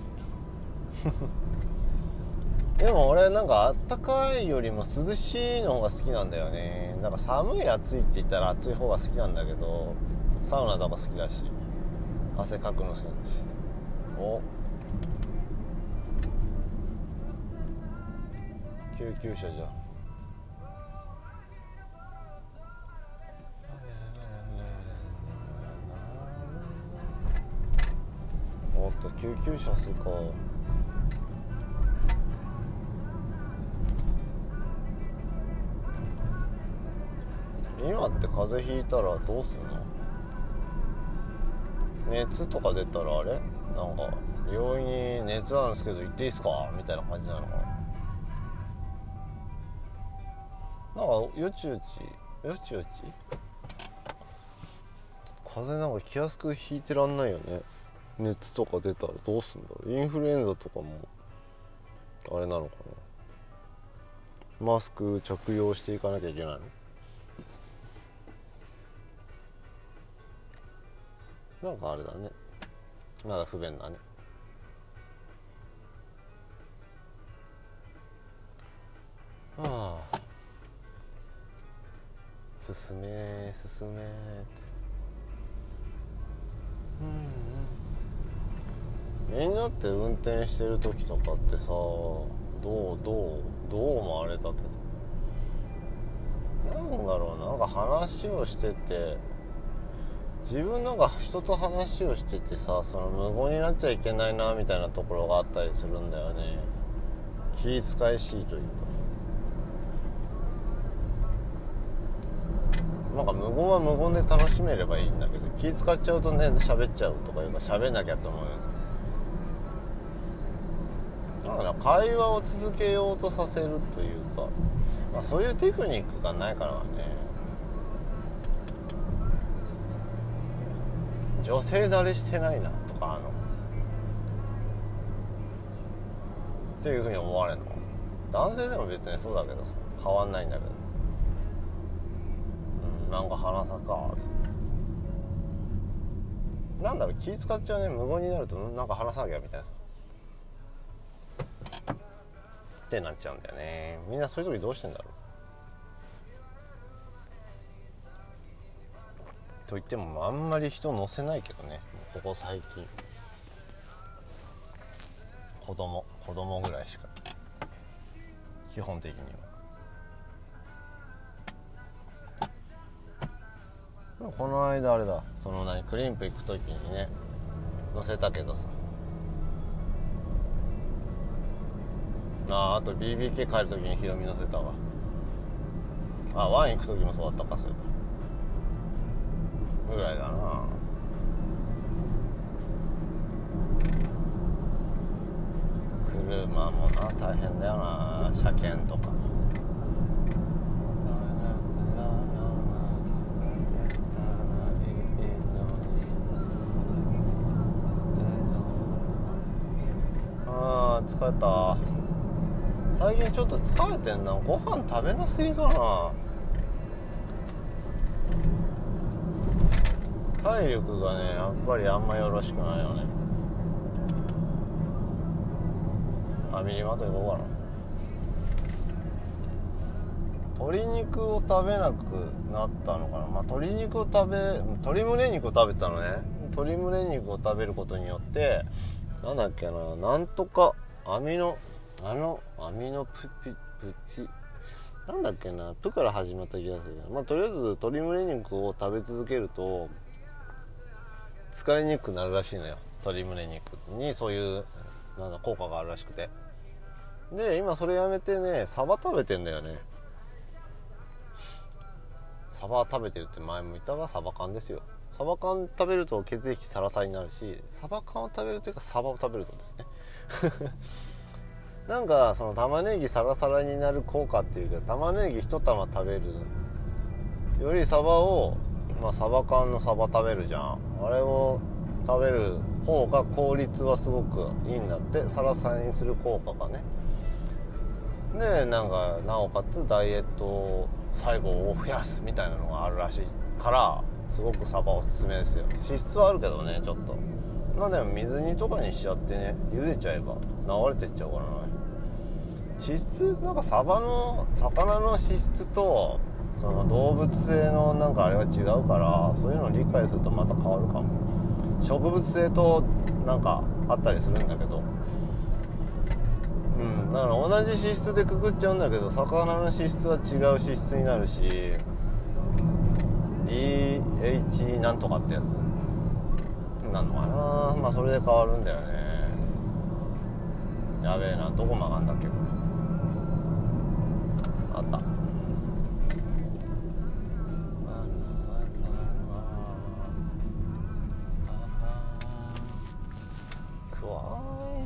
気でも俺なんかあったかいよりも涼しいの方が好きなんだよね。なんか寒い暑いって言ったら暑い方が好きなんだけど、サウナとか好きだし汗かくの好きだし。お救急車じゃん。おっと救急車っすか。今って風邪ひいたらどうすんの。熱とか出たらあれなんか病院に熱なんですけど行っていいっすかみたいな感じなのかな。なんかよちよちよちよち風邪なんか気安くひいてらんないよね。熱とか出たらどうすんだろう。インフルエンザとかもあれなのかな。マスク着用していかなきゃいけないの。なんかあれだね、まだ不便だね。ああ進め進めうん、うん、みんなって運転してる時とかってさどうどうどうもあれだけどなんだろうな、なんか話をしてて自分なんか人と話をしててさ、その無言になっちゃいけないなみたいなところがあったりするんだよね。気遣いしいというか、なんか無言は無言で楽しめればいいんだけど、気使っちゃうとね喋っちゃうとかいうか喋んなきゃと思うよね。だから会話を続けようとさせるというか、まあ、そういうテクニックがないからね。女性慣れしてないなとかあのっていう風に思われるの。男性でも別にそうだけどさ変わんないんだけど、うん、なんか話さかなんだろう気使っちゃうね。無言になるとなんか話さなきゃみたいなさってなっちゃうんだよね。みんなそういう時どうしてんだろうと言ってもあんまり人乗せないけどね、ここ最近子供子供ぐらいしか基本的には。この間あれだ、その何クリンプ行く時にね乗せたけどさ、ああと ビービーケー 帰る時にヒロミ乗せたわ。あワイン行く時もそうだったか、それぐらいだな。 な。大変だよな、車検とか。あー疲れた。最近ちょっと疲れてんな。ご飯食べなすぎかな。体力がねやっぱりあんまよろしくないよね。ファミリーマート行こうかな。鶏肉を食べなくなったのかな。まあ鶏肉を食べ鶏胸肉を食べたのね。鶏胸肉を食べることによってなんだっけな、なんとかアミノあのアミノプピプチなんだっけな、プから始まった気がする。まあとりあえず鶏胸肉を食べ続けると疲れにくくなるらしいのよ。鶏胸肉にそういうなんだ効果があるらしくて。で今それやめてねサバ食べてんだよね。サバ食べてるって前も言ったがサバ缶ですよ。サバ缶食べると血液サラサラになるし、サバ缶を食べるというかサバを食べるとですねなんかその玉ねぎサラサラになる効果っていうか、玉ねぎ一玉食べるよりサバを、まあ、サバ缶のサバ食べるじゃん。あれを食べる方が効率はすごくいいんだって。サラサラにする効果がね。でなんかなおかつダイエット細胞を増やすみたいなのがあるらしいからすごくサバおすすめですよ。脂質はあるけどねちょっと。まあでも水煮とかにしちゃってね茹でちゃえば流れてっちゃうからね。脂質なんかサバの魚の脂質とその動物性のなんかあれが違うからそういうのを理解するとまた変わるかも。植物性となんかあったりするんだけど、うん、だから同じ脂質でくくっちゃうんだけど魚の脂質は違う脂質になるし ディーエイチ なんとかってやつなのかな。まあそれで変わるんだよね。やべえな、どこ曲がんだっけ。あった。くわ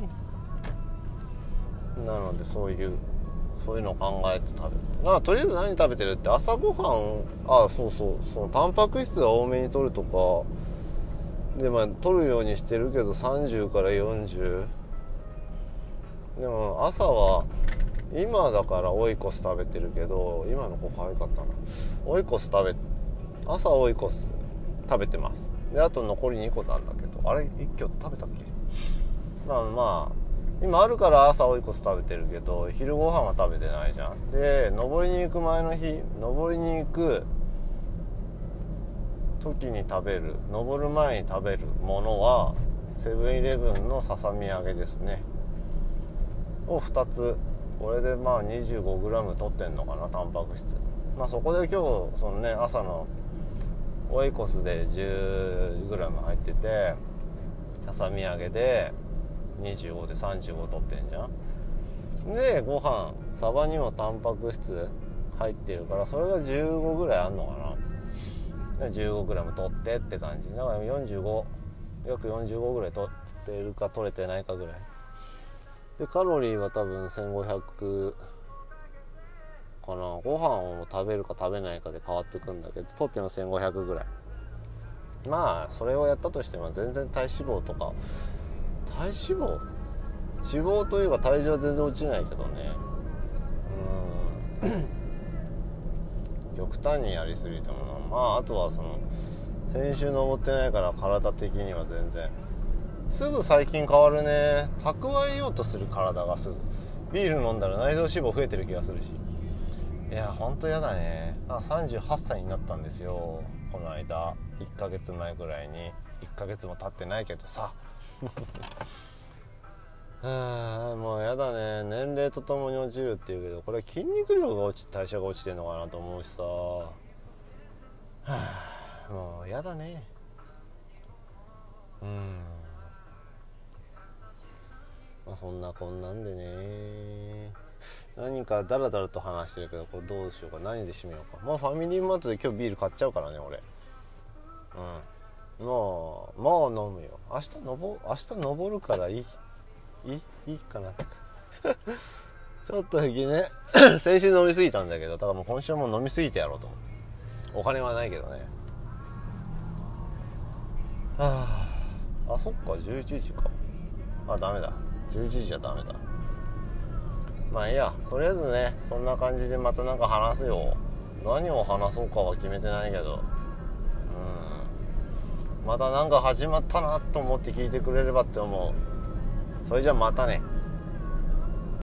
ーい。なのでそういうそういうのを考えて食べる。まあとりあえず何食べてるって朝ごはん、あそうそうそのタンパク質が多めに摂るとかでまあ摂るようにしてるけどさんじゅうからよんじゅう。でも朝は今だからオイコス食べてるけど、今の子可愛かったな。オイコス食べ朝オイコス食べてます。であと残りにこなんだけど、あれ一挙食べたっけ。まあまあ今あるから朝オイコス食べてるけど昼ご飯は食べてないじゃん。で登りに行く前の日、登りに行く時に食べる登る前に食べるものはセブンイレブンのささみ揚げですねをふたつ。これでまあ にじゅうごグラム 取ってんのかなタンパク質。まあそこで今日そのね朝のオイコスで じゅうグラム 入っててささみ揚げでにじゅうごでさんじゅうご取ってんじゃん。でご飯サバにもタンパク質入ってるからそれがじゅうごぐらいあんのかな。 じゅうごグラム 取ってって感じだからよんじゅうご約よんじゅうごぐらい取ってるか取れてないかぐらいで、カロリーは多分せんごひゃくかな。ご飯を食べるか食べないかで変わってくんだけど取ってもせんごひゃくぐらい。まあそれをやったとしても全然体脂肪とか体脂肪脂肪というか体重は全然落ちないけどね。うーん極端にやりすぎてもな。まああとはその先週登ってないから体的には全然すぐ最近変わるね。蓄えようとする体がすぐビール飲んだら内臓脂肪増えてる気がするし、いやほんとやだね。あさんじゅうはっさいになったんですよこの間。いっかげつまえぐらいに。いっかげつも経ってないけどさはあもうやだね。年齢とともに落ちるっていうけどこれ筋肉量が落ち代謝が落ちてんのかなと思うしさ、はあもうやだね。うんまあそんなこんなんでね。何かダラダラと話してるけどこれどうしようか。何で締めようか。まあファミリーマートで今日ビール買っちゃうからね俺。うんもうもう飲むよ。明日登明日登るからいいいいいいかなちょっと引きね先週飲みすぎたんだけど、だからもう今週も飲みすぎてやろうと思って。お金はないけどね。はあ、あ、そっかじゅういちじか。あ、ダメだ、じゅういちじじゃダメだ。まあいいや、とりあえずねそんな感じでまたなんか話すよ。何を話そうかは決めてないけど、うん、またなんか始まったなと思って聞いてくれればって思う。それじゃまたね。